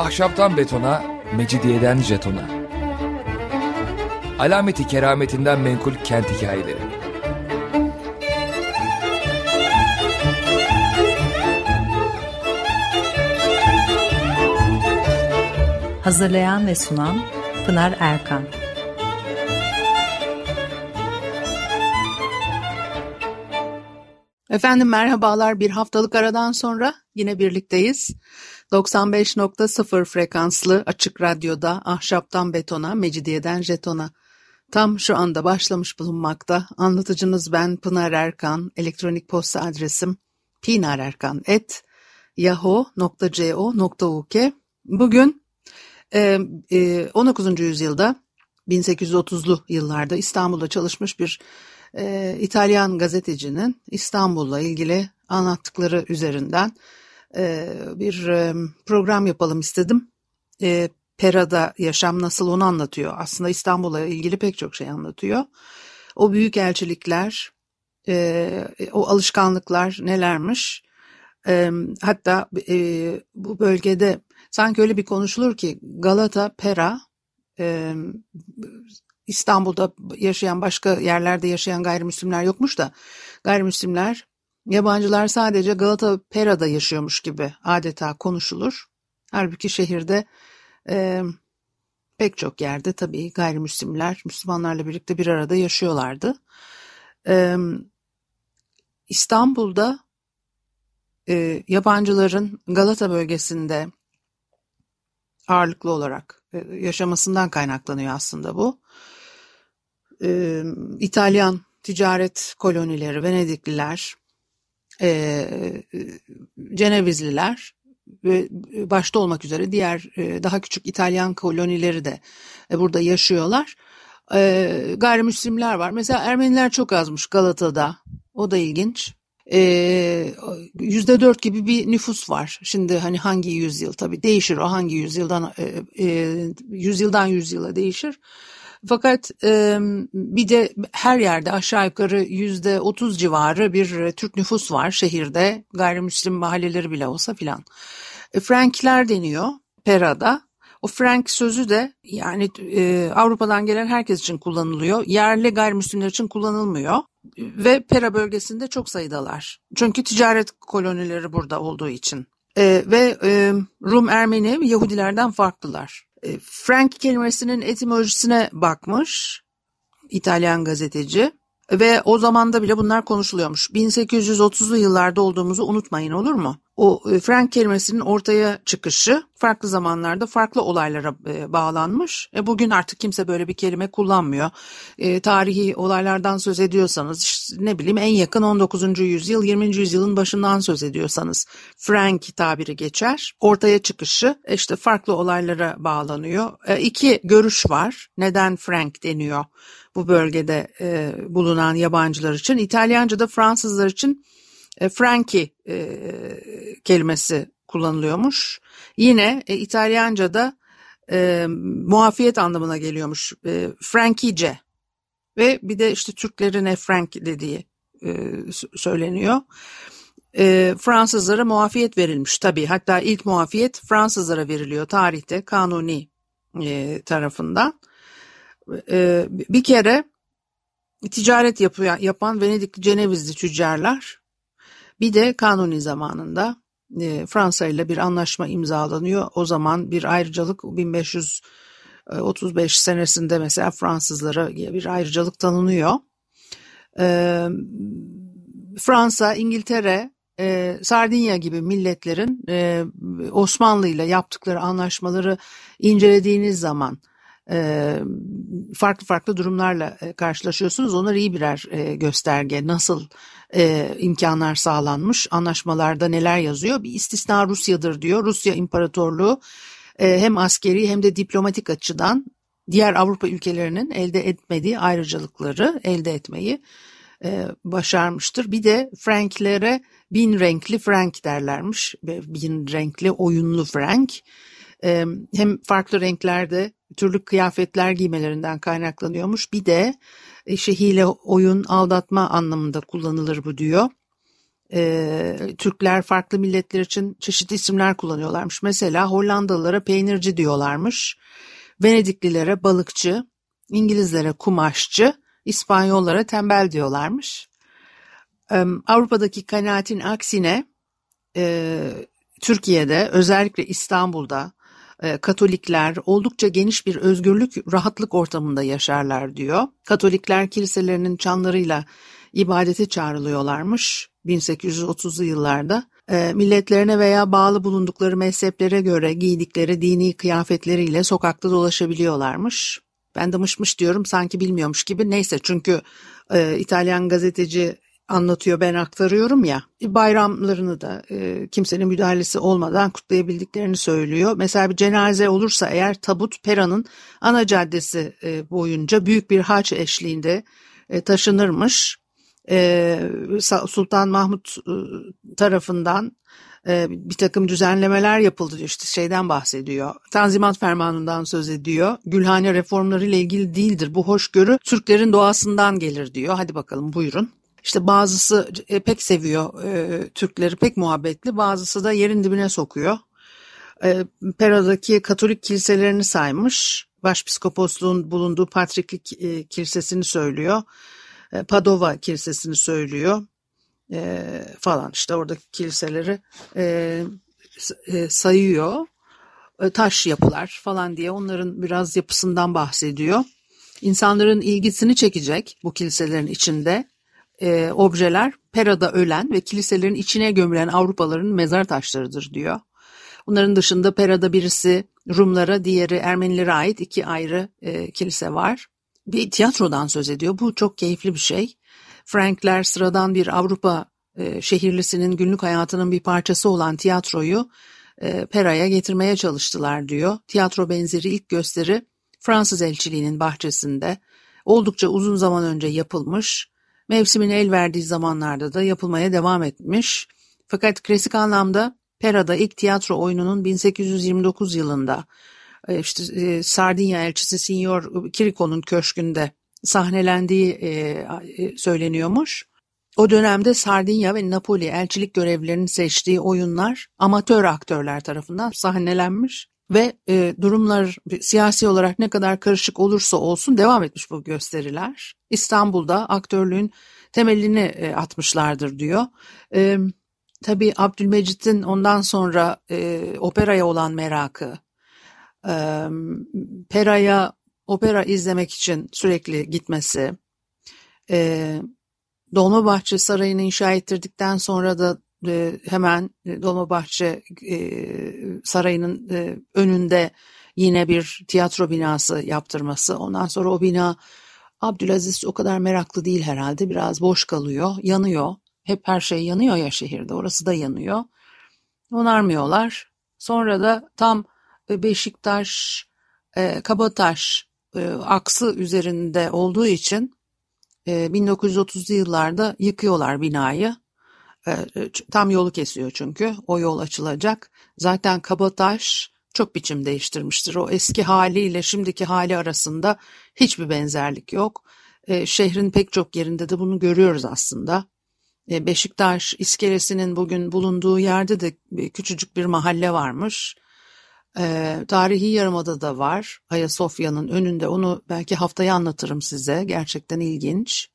Ahşaptan betona, mecidiyeden jetona. Alameti kerametinden menkul kent hikayeleri. Hazırlayan ve sunan Pınar Erkan. Efendim merhabalar, bir haftalık aradan sonra yine birlikteyiz. 95.0 frekanslı Açık Radyo'da Ahşaptan Betona, Mecidiyeden Jeton'a tam şu anda başlamış bulunmakta. Anlatıcınız ben Pınar Erkan. Elektronik posta adresim pinarerkan@yahoo.co.uk. Bugün 19. yüzyılda 1830'lu yıllarda İstanbul'da çalışmış bir İtalyan gazetecinin İstanbul'la ilgili anlattıkları üzerinden bir program yapalım istedim. Pera'da yaşam nasıl, onu anlatıyor. Aslında İstanbul'la ilgili pek çok şey anlatıyor. O büyükelçilikler, o alışkanlıklar nelermiş? Hatta bu bölgede sanki öyle bir konuşulur ki Galata, Pera, İstanbul'da yaşayan, başka yerlerde yaşayan gayrimüslimler yokmuş da gayrimüslimler, yabancılar sadece Galata, Pera'da yaşıyormuş gibi adeta konuşulur. Halbuki şehirde pek çok yerde tabii gayrimüslimler Müslümanlarla birlikte bir arada yaşıyorlardı. İstanbul'da yabancıların Galata bölgesinde ağırlıklı olarak yaşamasından kaynaklanıyor aslında bu. İtalyan ticaret kolonileri, Venedikliler, Cenevizliler ve başta olmak üzere diğer daha küçük İtalyan kolonileri de burada yaşıyorlar. Gayrimüslimler var. Mesela Ermeniler çok azmış Galata'da. O da ilginç. %4 gibi bir nüfus var. Şimdi hani hangi yüzyıl, tabii değişir o, hangi yüzyıldan yüzyıldan yüzyıla değişir. Fakat bir de her yerde aşağı yukarı %30 civarı bir Türk nüfus var şehirde, gayrimüslim mahalleleri bile olsa filan. Frankler deniyor Pera'da. O Frank sözü de yani Avrupa'dan gelen herkes için kullanılıyor. Yerli gayrimüslimler için kullanılmıyor. Ve Pera bölgesinde çok sayıdalar. Çünkü ticaret kolonileri burada olduğu için. Ve Rum, Ermeni, Yahudilerden farklılar. Frank kelimesinin etimolojisine bakmış İtalyan gazeteci. Ve o zamanda bile bunlar konuşuluyormuş. 1830'lu yıllarda olduğumuzu unutmayın, olur mu? O Frank kelimesinin ortaya çıkışı farklı zamanlarda farklı olaylara bağlanmış. Bugün artık kimse böyle bir kelime kullanmıyor. Tarihi olaylardan söz ediyorsanız, işte ne bileyim, en yakın 19. yüzyıl, 20. yüzyılın başından söz ediyorsanız Frank tabiri geçer. Ortaya çıkışı işte farklı olaylara bağlanıyor. İki görüş var. Neden Frank deniyor bu bölgede bulunan yabancılar için? İtalyanca'da Fransızlar için Franki kelimesi kullanılıyormuş. Yine İtalyanca'da muafiyet anlamına geliyormuş. Frankice. Ve bir de işte Türklerin Frank dediği söyleniyor. Fransızlara muafiyet verilmiş tabii. Hatta ilk muafiyet Fransızlara veriliyor tarihte, Kanuni tarafından. Bir kere ticaret yapan Venedikli Cenevizli tüccarlar, bir de Kanuni zamanında Fransa ile bir anlaşma imzalanıyor. O zaman bir ayrıcalık, 1535 senesinde mesela Fransızlara bir ayrıcalık tanınıyor. Fransa, İngiltere, Sardinya gibi milletlerin Osmanlı ile yaptıkları anlaşmaları incelediğiniz zaman farklı farklı durumlarla karşılaşıyorsunuz. Onlar iyi birer gösterge. Nasıl imkanlar sağlanmış, anlaşmalarda neler yazıyor? Bir istisna Rusya'dır diyor. Rusya İmparatorluğu hem askeri hem de diplomatik açıdan diğer Avrupa ülkelerinin elde etmediği ayrıcalıkları elde etmeyi başarmıştır. Bir de Franklere bin renkli Frank derlermiş. Bin renkli oyunlu Frank. Hem farklı renklerde türlü kıyafetler giymelerinden kaynaklanıyormuş. Bir de hile, oyun, aldatma anlamında kullanılır bu diyor. Türkler farklı milletler için çeşitli isimler kullanıyorlarmış. Mesela Hollandalılara peynirci diyorlarmış. Venediklilere balıkçı, İngilizlere kumaşçı, İspanyollara tembel diyorlarmış. Avrupa'daki kanaatin aksine Türkiye'de, özellikle İstanbul'da Katolikler oldukça geniş bir özgürlük, rahatlık ortamında yaşarlar diyor. Katolikler kiliselerinin çanlarıyla ibadete çağrılıyorlarmış 1830'lu yıllarda. Milletlerine veya bağlı bulundukları mezheplere göre giydikleri dini kıyafetleriyle sokakta dolaşabiliyorlarmış. Ben de mışmış diyorum sanki bilmiyormuş gibi. Neyse, çünkü İtalyan gazeteci anlatıyor, ben aktarıyorum ya. Bayramlarını da kimsenin müdahalesi olmadan kutlayabildiklerini söylüyor. Mesela bir cenaze olursa eğer tabut Pera'nın ana caddesi boyunca büyük bir haç eşliğinde taşınırmış. Sultan Mahmut tarafından bir takım düzenlemeler yapıldı diyor. İşte şeyden bahsediyor. Tanzimat Fermanı'ndan söz ediyor. Gülhane reformları ile ilgili değildir. Bu hoşgörü Türklerin doğasından gelir diyor. Hadi bakalım, buyurun. İşte bazısı pek seviyor Türkleri, pek muhabbetli. Bazısı da yerin dibine sokuyor. Pera'daki Katolik kiliselerini saymış. Başpiskoposluğun bulunduğu Patriklik Kilisesi'ni söylüyor. Padova Kilisesi'ni söylüyor. Falan işte oradaki kiliseleri sayıyor. Taş yapılar falan diye onların biraz yapısından bahsediyor. İnsanların ilgisini çekecek bu kiliselerin içinde objeler Pera'da ölen ve kiliselerin içine gömülen Avrupalıların mezar taşlarıdır diyor. Bunların dışında Pera'da birisi Rumlara, diğeri Ermenilere ait iki ayrı kilise var. Bir tiyatrodan söz ediyor. Bu çok keyifli bir şey. Frankler sıradan bir Avrupa şehirlisinin günlük hayatının bir parçası olan tiyatroyu Pera'ya getirmeye çalıştılar diyor. Tiyatro benzeri ilk gösteri Fransız elçiliğinin bahçesinde oldukça uzun zaman önce yapılmış. Mevsimin el verdiği zamanlarda da yapılmaya devam etmiş. Fakat klasik anlamda Pera'da ilk tiyatro oyununun 1829 yılında Sardinya elçisi Signor Chirico'nun köşkünde sahnelendiği söyleniyormuş. O dönemde Sardinya ve Napoli elçilik görevlilerinin seçtiği oyunlar amatör aktörler tarafından sahnelenmiş ve durumlar siyasi olarak ne kadar karışık olursa olsun devam etmiş bu gösteriler. İstanbul'da aktörlüğün temelini atmışlardır diyor. Tabii Abdülmecit'in ondan sonra operaya olan merakı, Pera'ya opera izlemek için sürekli gitmesi, Dolmabahçe Sarayı'nı inşa ettirdikten sonra da hemen Dolmabahçe Sarayı'nın önünde yine bir tiyatro binası yaptırması. Ondan sonra o bina Abdülaziz o kadar meraklı değil herhalde, biraz boş kalıyor, yanıyor. Hep her şey yanıyor ya şehirde, orası da yanıyor. Onarmıyorlar. Sonra da tam Beşiktaş, Kabataş aksı üzerinde olduğu için 1930'lu yıllarda yıkıyorlar binayı. Tam yolu kesiyor çünkü. O yol açılacak. Zaten Kabataş çok biçim değiştirmiştir. O eski haliyle şimdiki hali arasında hiçbir benzerlik yok. Şehrin pek çok yerinde de bunu görüyoruz aslında. Beşiktaş iskelesinin bugün bulunduğu yerde de küçücük bir mahalle varmış. Tarihi Yarımada'da var. Ayasofya'nın önünde. Onu belki haftaya anlatırım size. Gerçekten ilginç.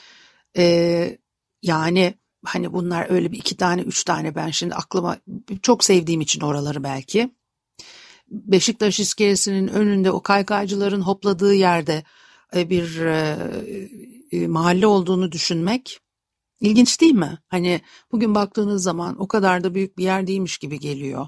Yani hani bunlar öyle bir iki tane, üç tane, ben şimdi aklıma çok sevdiğim için oraları belki. Beşiktaş iskelesinin önünde o kaykaycıların hopladığı yerde bir mahalle olduğunu düşünmek ilginç değil mi? Hani bugün baktığınız zaman o kadar da büyük bir yer değilmiş gibi geliyor.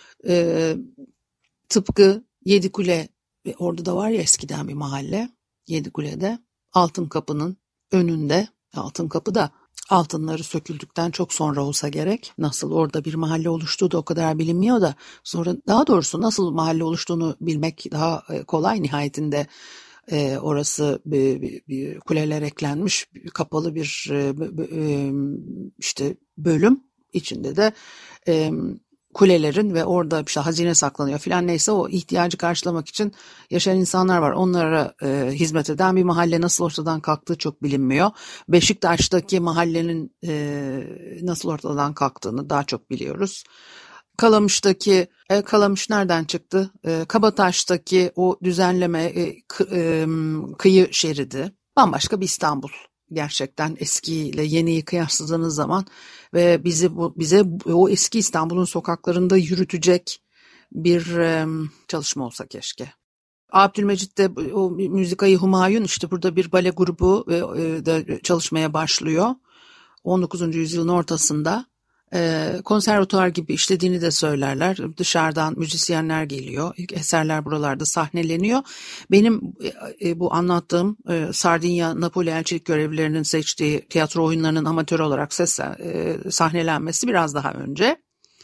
Tıpkı Yedikule, orada da var ya eskiden bir mahalle, Yedikule'de Altın Kapı'nın önünde. Altın Kapı da altınları söküldükten çok sonra olsa gerek. Nasıl orada bir mahalle oluştuğu da o kadar bilinmiyor da, sonra daha doğrusu nasıl mahalle oluştuğunu bilmek daha kolay. Nihayetinde orası bir kuleler eklenmiş, kapalı bir işte bölüm, içinde de kulelerin ve orada işte hazine saklanıyor filan, neyse o ihtiyacı karşılamak için yaşayan insanlar var. Onlara hizmet eden bir mahalle nasıl ortadan kalktığı çok bilinmiyor. Beşiktaş'taki mahallenin nasıl ortadan kalktığını daha çok biliyoruz. Kalamış nereden çıktı? Kabataş'taki o düzenleme kıyı şeridi bambaşka bir İstanbul. Gerçekten eskiyle yeniyi kıyasladığınız zaman ve bize o eski İstanbul'un sokaklarında yürütecek bir çalışma olsa keşke. Abdülmecit'te o Müzikayı Humayun, işte burada bir bale grubu da çalışmaya başlıyor. 19. yüzyılın ortasında. Konservatuvar gibi işlediğini de söylerler. Dışarıdan müzisyenler geliyor. İlk eserler buralarda sahneleniyor. Benim bu anlattığım Sardinya Napoli elçilik görevlilerinin seçtiği tiyatro oyunlarının amatör olarak sahnelenmesi biraz daha önce.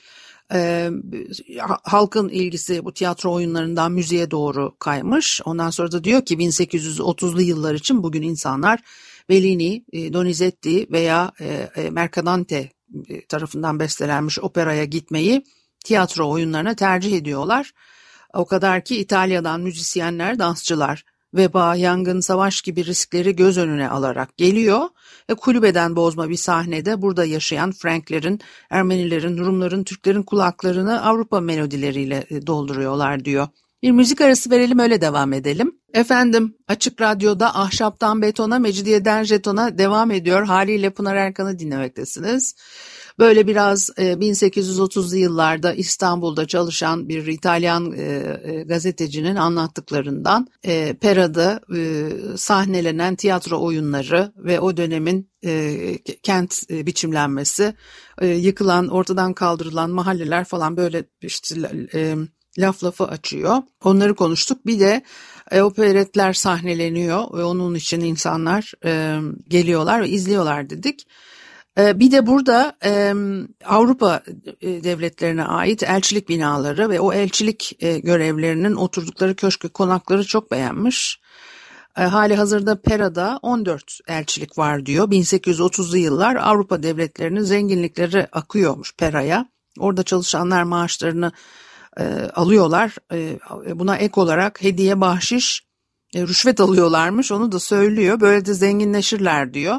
Halkın ilgisi bu tiyatro oyunlarından müziğe doğru kaymış. Ondan sonra da diyor ki 1830'lu yıllar için bugün insanlar Bellini, Donizetti veya Mercadante tarafından bestelenmiş operaya gitmeyi tiyatro oyunlarına tercih ediyorlar. O kadar ki İtalya'dan müzisyenler, dansçılar veba, yangın, savaş gibi riskleri göz önüne alarak geliyor ve kulübeden bozma bir sahnede burada yaşayan Franklerin, Ermenilerin, Rumların, Türklerin kulaklarını Avrupa melodileriyle dolduruyorlar diyor. Bir müzik arası verelim, öyle devam edelim. Efendim, Açık Radyo'da Ahşaptan Betona, Mecidiyeden Jeton'a devam ediyor. Haliyle Pınar Erkan'ı dinlemektesiniz. Böyle biraz 1830'lu yıllarda İstanbul'da çalışan bir İtalyan gazetecinin anlattıklarından Pera'da sahnelenen tiyatro oyunları ve o dönemin kent biçimlenmesi, yıkılan, ortadan kaldırılan mahalleler falan, böyle işte lafı açıyor. Onları konuştuk. Bir de operetler sahneleniyor ve onun için insanlar geliyorlar ve izliyorlar dedik. Bir de burada Avrupa devletlerine ait elçilik binaları ve o elçilik görevlerinin oturdukları köşk, konakları çok beğenmiş. Hali hazırda Pera'da 14 elçilik var diyor. 1830'lu yıllar Avrupa devletlerinin zenginlikleri akıyormuş Pera'ya. Orada çalışanlar maaşlarını alıyorlar. Buna ek olarak hediye, bahşiş, rüşvet alıyorlarmış. Onu da söylüyor. Böyle de zenginleşirler diyor.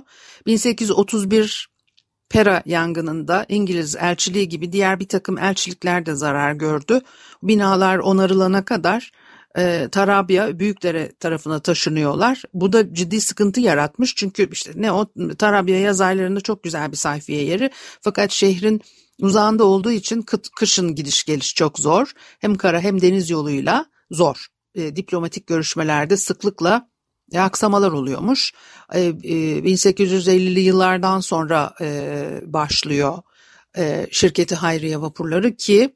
1831 Pera yangınında İngiliz elçiliği gibi diğer bir takım elçilikler de zarar gördü. Binalar onarılana kadar Tarabya, Büyükdere tarafına taşınıyorlar. Bu da ciddi sıkıntı yaratmış. Çünkü işte Tarabya yaz aylarında çok güzel bir sayfiye yeri. Fakat şehrin uzağında olduğu için kışın gidiş geliş çok zor. Hem kara hem deniz yoluyla zor. Diplomatik görüşmelerde sıklıkla aksamalar oluyormuş. 1850'li yıllardan sonra başlıyor şirketi hayriye vapurları ki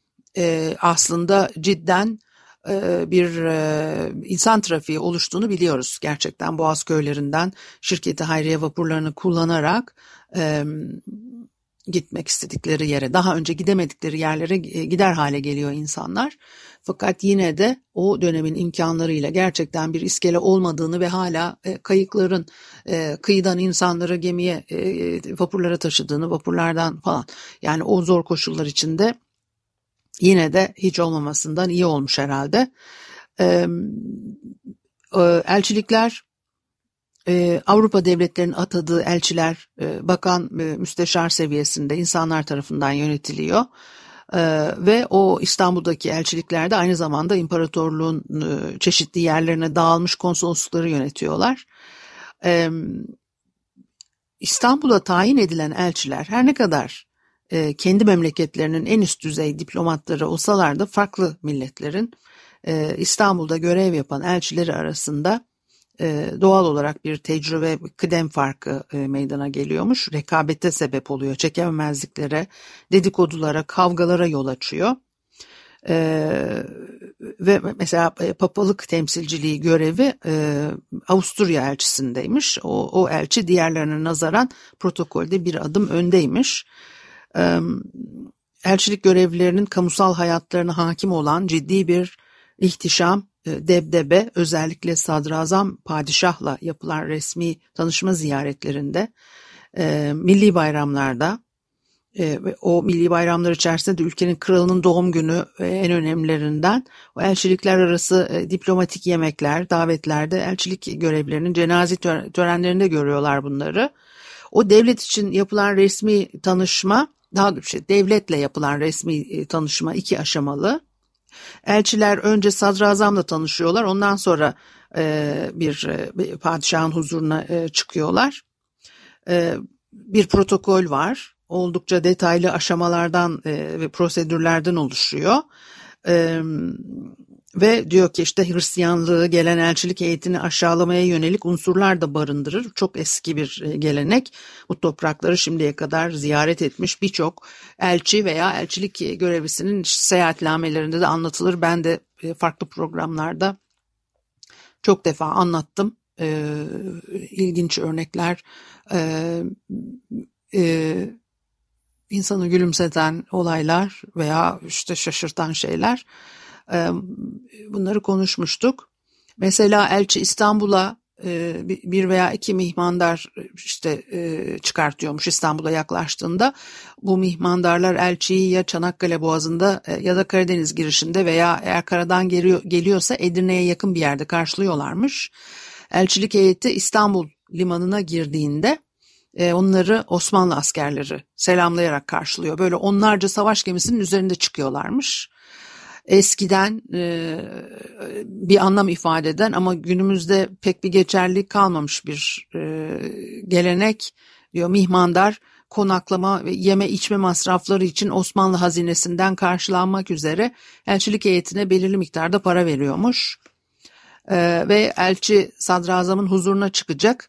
aslında cidden bir insan trafiği oluştuğunu biliyoruz. Gerçekten Boğaz köylerinden şirketi hayriye vapurlarını kullanarak gitmek istedikleri yere, daha önce gidemedikleri yerlere gider hale geliyor insanlar. Fakat yine de o dönemin imkanlarıyla gerçekten bir iskele olmadığını ve hala kayıkların kıyıdan insanları gemiye, vapurlara taşıdığını, vapurlardan falan, yani o zor koşullar içinde yine de hiç olmamasından iyi olmuş herhalde. Elçilikler, Avrupa devletlerinin atadığı elçiler bakan, müsteşar seviyesinde insanlar tarafından yönetiliyor. Ve o İstanbul'daki elçiliklerde aynı zamanda imparatorluğun çeşitli yerlerine dağılmış konsoloslukları yönetiyorlar. İstanbul'a tayin edilen elçiler her ne kadar kendi memleketlerinin en üst düzey diplomatları olsalar da farklı milletlerin İstanbul'da görev yapan elçileri arasında doğal olarak bir tecrübe, kıdem farkı meydana geliyormuş. Rekabete sebep oluyor, çekememezliklere, dedikodulara, kavgalara yol açıyor. Ve mesela papalık temsilciliği görevi Avusturya elçisindeymiş. O elçi diğerlerine nazaran protokolde bir adım öndeymiş. Elçilik görevlilerinin kamusal hayatlarına hakim olan ciddi bir ihtişam, debdebe, özellikle sadrazam padişahla yapılan resmi tanışma ziyaretlerinde, milli bayramlarda, O milli bayramlar içerisinde de ülkenin kralının doğum günü en önemlilerinden. O elçilikler arası diplomatik yemekler, davetlerde elçilik görevlilerinin cenaze törenlerinde görüyorlar bunları. O devlet için yapılan resmi tanışma, daha doğrusu devletle yapılan resmi tanışma 2 aşamalı. Elçiler önce sadrazamla tanışıyorlar, ondan sonra bir padişahın huzuruna çıkıyorlar. Bir protokol var. Oldukça detaylı aşamalardan ve prosedürlerden oluşuyor. Ve diyor ki işte Hristiyanlığı gelen elçilik heyetini aşağılamaya yönelik unsurlar da barındırır. Çok eski bir gelenek. Bu toprakları şimdiye kadar ziyaret etmiş birçok elçi veya elçilik görevlisinin seyahatnamelerinde de anlatılır. Ben de farklı programlarda çok defa anlattım. İlginç örnekler, insanı gülümseten olaylar veya işte şaşırtan şeyler, bunları konuşmuştuk. Mesela elçi İstanbul'a bir veya 2 mihmandar işte çıkartıyormuş İstanbul'a yaklaştığında. Bu mihmandarlar elçiyi ya Çanakkale Boğazı'nda ya da Karadeniz girişinde veya eğer karadan geliyorsa Edirne'ye yakın bir yerde karşılıyorlarmış. Elçilik heyeti İstanbul limanına girdiğinde onları Osmanlı askerleri selamlayarak karşılıyor. Böyle onlarca savaş gemisinin üzerinde çıkıyorlarmış. Eskiden bir anlam ifade eden ama günümüzde pek bir geçerlilik kalmamış bir gelenek, diyor mihmandar konaklama ve yeme içme masrafları için Osmanlı hazinesinden karşılanmak üzere elçilik heyetine belirli miktarda para veriyormuş. Ve elçi sadrazamın huzuruna çıkacak.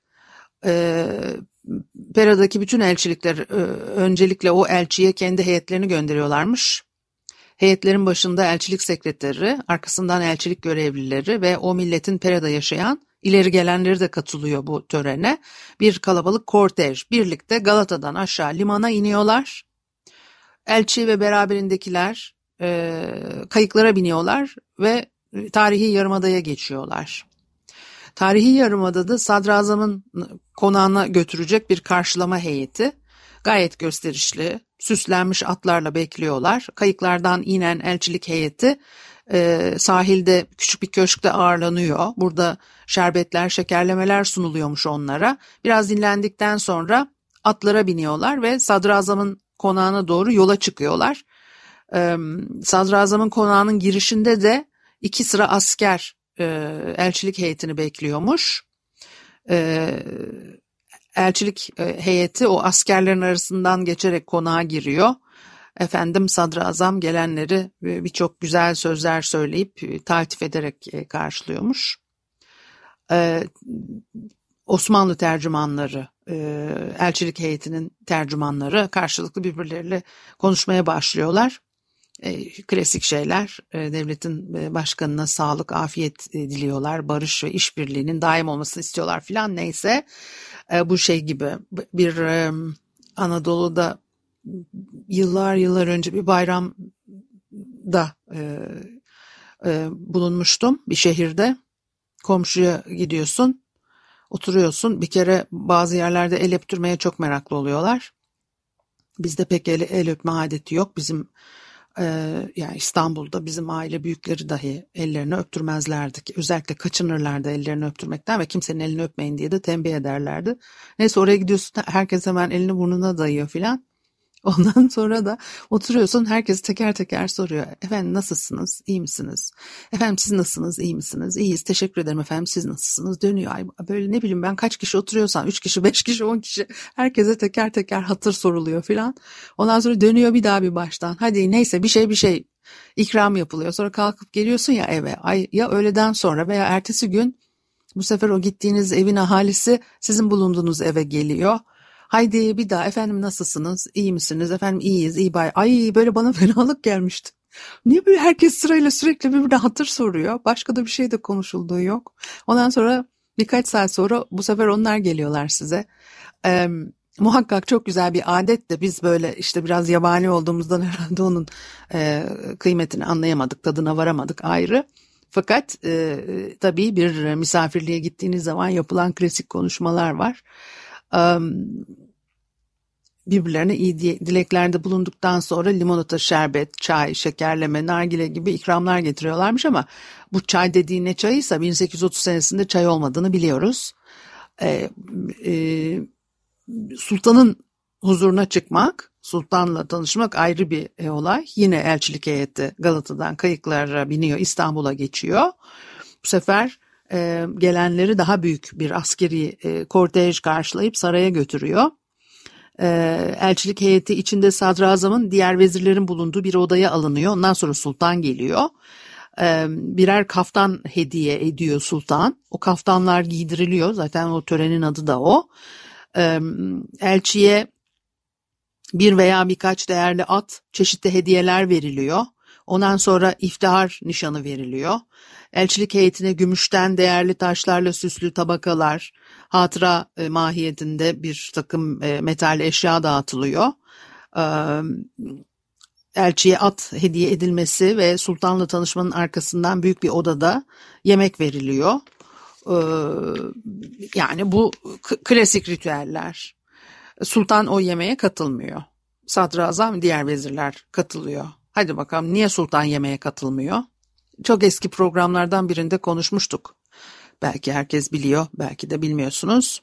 Pera'daki bütün elçilikler öncelikle o elçiye kendi heyetlerini gönderiyorlarmış. Heyetlerin başında elçilik sekreteri, arkasından elçilik görevlileri ve o milletin Pera'da yaşayan ileri gelenleri de katılıyor bu törene. Bir kalabalık kortej birlikte Galata'dan aşağı limana iniyorlar. Elçi ve beraberindekiler kayıklara biniyorlar ve tarihi Yarımada'ya geçiyorlar. Tarihi Yarımada'da sadrazamın konağına götürecek bir karşılama heyeti gayet gösterişli, süslenmiş atlarla bekliyorlar. Kayıklardan inen elçilik heyeti sahilde küçük bir köşkte ağırlanıyor. Burada şerbetler, şekerlemeler sunuluyormuş onlara. Biraz dinlendikten sonra atlara biniyorlar ve sadrazamın konağına doğru yola çıkıyorlar. Sadrazamın konağının girişinde de 2 sıra asker elçilik heyetini bekliyormuş. Elçilik heyeti o askerlerin arasından geçerek konağa giriyor. Efendim sadrazam gelenleri birçok güzel sözler söyleyip taltif ederek karşılıyormuş. Osmanlı tercümanları, elçilik heyetinin tercümanları karşılıklı birbirleriyle konuşmaya başlıyorlar. Klasik şeyler, devletin başkanına sağlık, afiyet diliyorlar, barış ve işbirliğinin daim olmasını istiyorlar filan, neyse. Bu şey gibi bir Anadolu'da yıllar önce bir bayramda bulunmuştum bir şehirde. Komşuya gidiyorsun, oturuyorsun. Bir kere bazı yerlerde el öptürmeye çok meraklı oluyorlar. Bizde pek el öpme adeti yok. Bizim yani İstanbul'da bizim aile büyükleri dahi ellerini öptürmezlerdi ki, özellikle kaçınırlardı ellerini öptürmekten ve kimsenin elini öpmeyin diye de tembih ederlerdi. Neyse oraya gidiyorsun, herkes hemen elini burnuna dayıyor filan. Ondan sonra da oturuyorsun, herkes teker teker soruyor. Efendim nasılsınız? İyi misiniz? Efendim siz nasılsınız? İyi misiniz? İyiyiz, teşekkür ederim efendim. Siz nasılsınız? Dönüyor. Ay, böyle ne bileyim ben kaç kişi oturuyorsam 3 kişi, 5 kişi, 10 kişi herkese teker teker hatır soruluyor filan. Ondan sonra dönüyor bir daha bir baştan. Hadi neyse bir şey ikram yapılıyor. Sonra kalkıp geliyorsun ya eve. Ay, ya öğleden sonra veya ertesi gün bu sefer o gittiğiniz evin ahalisi sizin bulunduğunuz eve geliyor. Haydi bir daha efendim nasılsınız? İyi misiniz? Efendim iyiyiz, iyi bay. Ay böyle bana fenalık gelmişti. Niye böyle herkes sırayla sürekli birbirine hatır soruyor? Başka da bir şey de konuşulduğu yok. Ondan sonra birkaç saat sonra bu sefer onlar geliyorlar size. Muhakkak çok güzel bir adet de biz böyle işte biraz yabani olduğumuzdan herhalde onun kıymetini anlayamadık, tadına varamadık ayrı. Fakat tabii bir misafirliğe gittiğiniz zaman yapılan klasik konuşmalar var. birbirlerine iyi dileklerde bulunduktan sonra limonata, şerbet, çay, şekerleme, nargile gibi ikramlar getiriyorlarmış ama bu çay dediği ne çayıysa 1830 senesinde çay olmadığını biliyoruz. Sultanın huzuruna çıkmak, sultanla tanışmak ayrı bir olay. Yine elçilik heyeti Galata'dan kayıklara biniyor, İstanbul'a geçiyor. Bu sefer gelenleri daha büyük bir askeri kortej karşılayıp saraya götürüyor. Elçilik heyeti içinde sadrazamın, diğer vezirlerin bulunduğu bir odaya alınıyor. Ondan sonra sultan geliyor. Birer kaftan hediye ediyor sultan. O kaftanlar giydiriliyor. Zaten o törenin adı da o. Elçiye bir veya birkaç değerli at, çeşitli hediyeler veriliyor. Ondan sonra iftihar nişanı veriliyor. Elçilik heyetine gümüşten değerli taşlarla süslü tabakalar, hatıra mahiyetinde bir takım metal eşya dağıtılıyor. Elçiye at hediye edilmesi ve sultanla tanışmanın arkasından büyük bir odada yemek veriliyor. Yani bu klasik ritüeller. Sultan o yemeğe katılmıyor. Sadrazam, diğer vezirler katılıyor. Hadi bakalım, niye sultan yemeğe katılmıyor? Çok eski programlardan birinde konuşmuştuk. Belki herkes biliyor, belki de bilmiyorsunuz.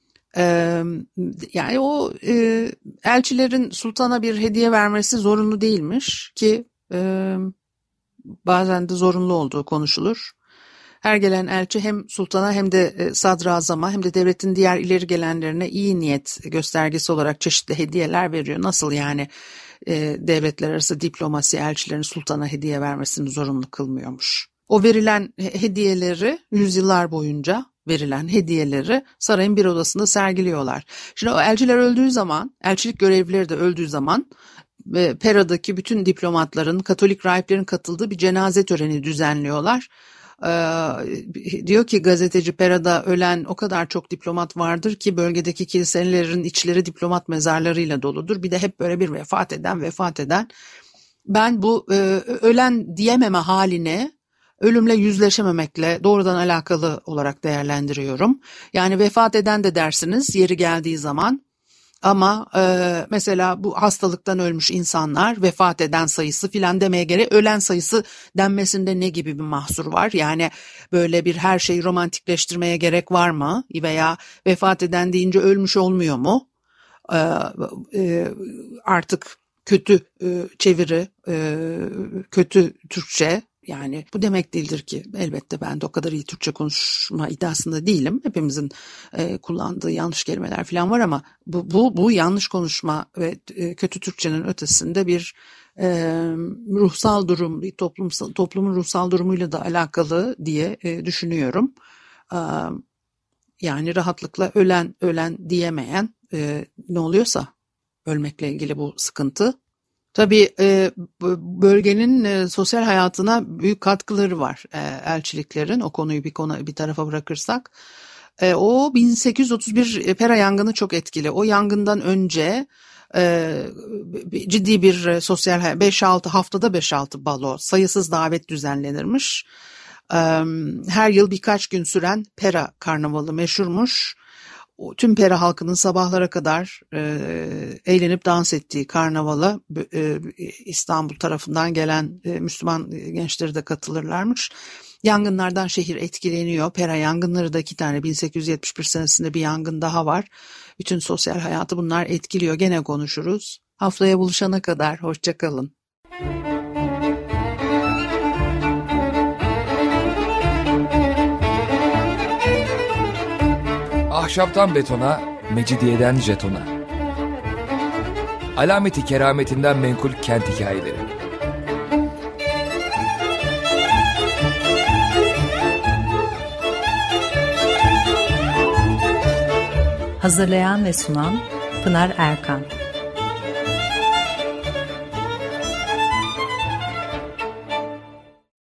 Yani o elçilerin sultana bir hediye vermesi zorunlu değilmiş ki bazen de zorunlu olduğu konuşulur. Her gelen elçi hem sultana hem de sadrazama hem de devletin diğer ileri gelenlerine iyi niyet göstergesi olarak çeşitli hediyeler veriyor. Nasıl yani devletler arası diplomasi elçilerin sultana hediye vermesini zorunlu kılmıyormuş. O verilen hediyeleri, yüzyıllar boyunca verilen hediyeleri sarayın bir odasında sergiliyorlar. Şimdi o elçiler öldüğü zaman, elçilik görevlileri de öldüğü zaman Pera'daki bütün diplomatların, Katolik rahiplerin katıldığı bir cenaze töreni düzenliyorlar. Diyor ki gazeteci, Pera'da ölen o kadar çok diplomat vardır ki bölgedeki kiliselerin içleri diplomat mezarlarıyla doludur. Bir de hep böyle bir vefat eden. Ben bu ölen diyememe haline ölümle yüzleşememekle doğrudan alakalı olarak değerlendiriyorum. Yani vefat eden de dersiniz yeri geldiği zaman. Ama mesela bu hastalıktan ölmüş insanlar, vefat eden sayısı filan demeye gerek, ölen sayısı denmesinde ne gibi bir mahsur var? Yani böyle bir her şeyi romantikleştirmeye gerek var mı? Veya vefat eden deyince ölmüş olmuyor mu? Artık kötü çeviri, kötü Türkçe. Yani bu demek değildir ki, elbette ben de o kadar iyi Türkçe konuşma iddiasında değilim. Hepimizin kullandığı yanlış kelimeler falan var ama bu yanlış konuşma ve kötü Türkçenin ötesinde bir ruhsal durum, bir toplumun ruhsal durumuyla da alakalı diye düşünüyorum. Yani rahatlıkla ölen diyemeyen ne oluyorsa ölmekle ilgili bu sıkıntı. Tabii bölgenin sosyal hayatına büyük katkıları var elçiliklerin. O konuyu bir tarafa bırakırsak. O 1831 Pera yangını çok etkili. O yangından önce ciddi bir sosyal hayat, 5-6 haftada 5-6 balo, sayısız davet düzenlenirmiş. Her yıl birkaç gün süren Pera karnavalı meşhurmuş. Tüm Pera halkının sabahlara kadar eğlenip dans ettiği karnavala İstanbul tarafından gelen Müslüman gençleri de katılırlarmış. Yangınlardan şehir etkileniyor. Pera yangınları da 2 tane, 1871 senesinde bir yangın daha var. Bütün sosyal hayatı bunlar etkiliyor. Gene konuşuruz. Haftaya buluşana kadar hoşça kalın. Ahşaptan betona, mecidiyeden jetona. Alameti kerametinden menkul kent hikayeleri. Hazırlayan ve sunan Pınar Erkan.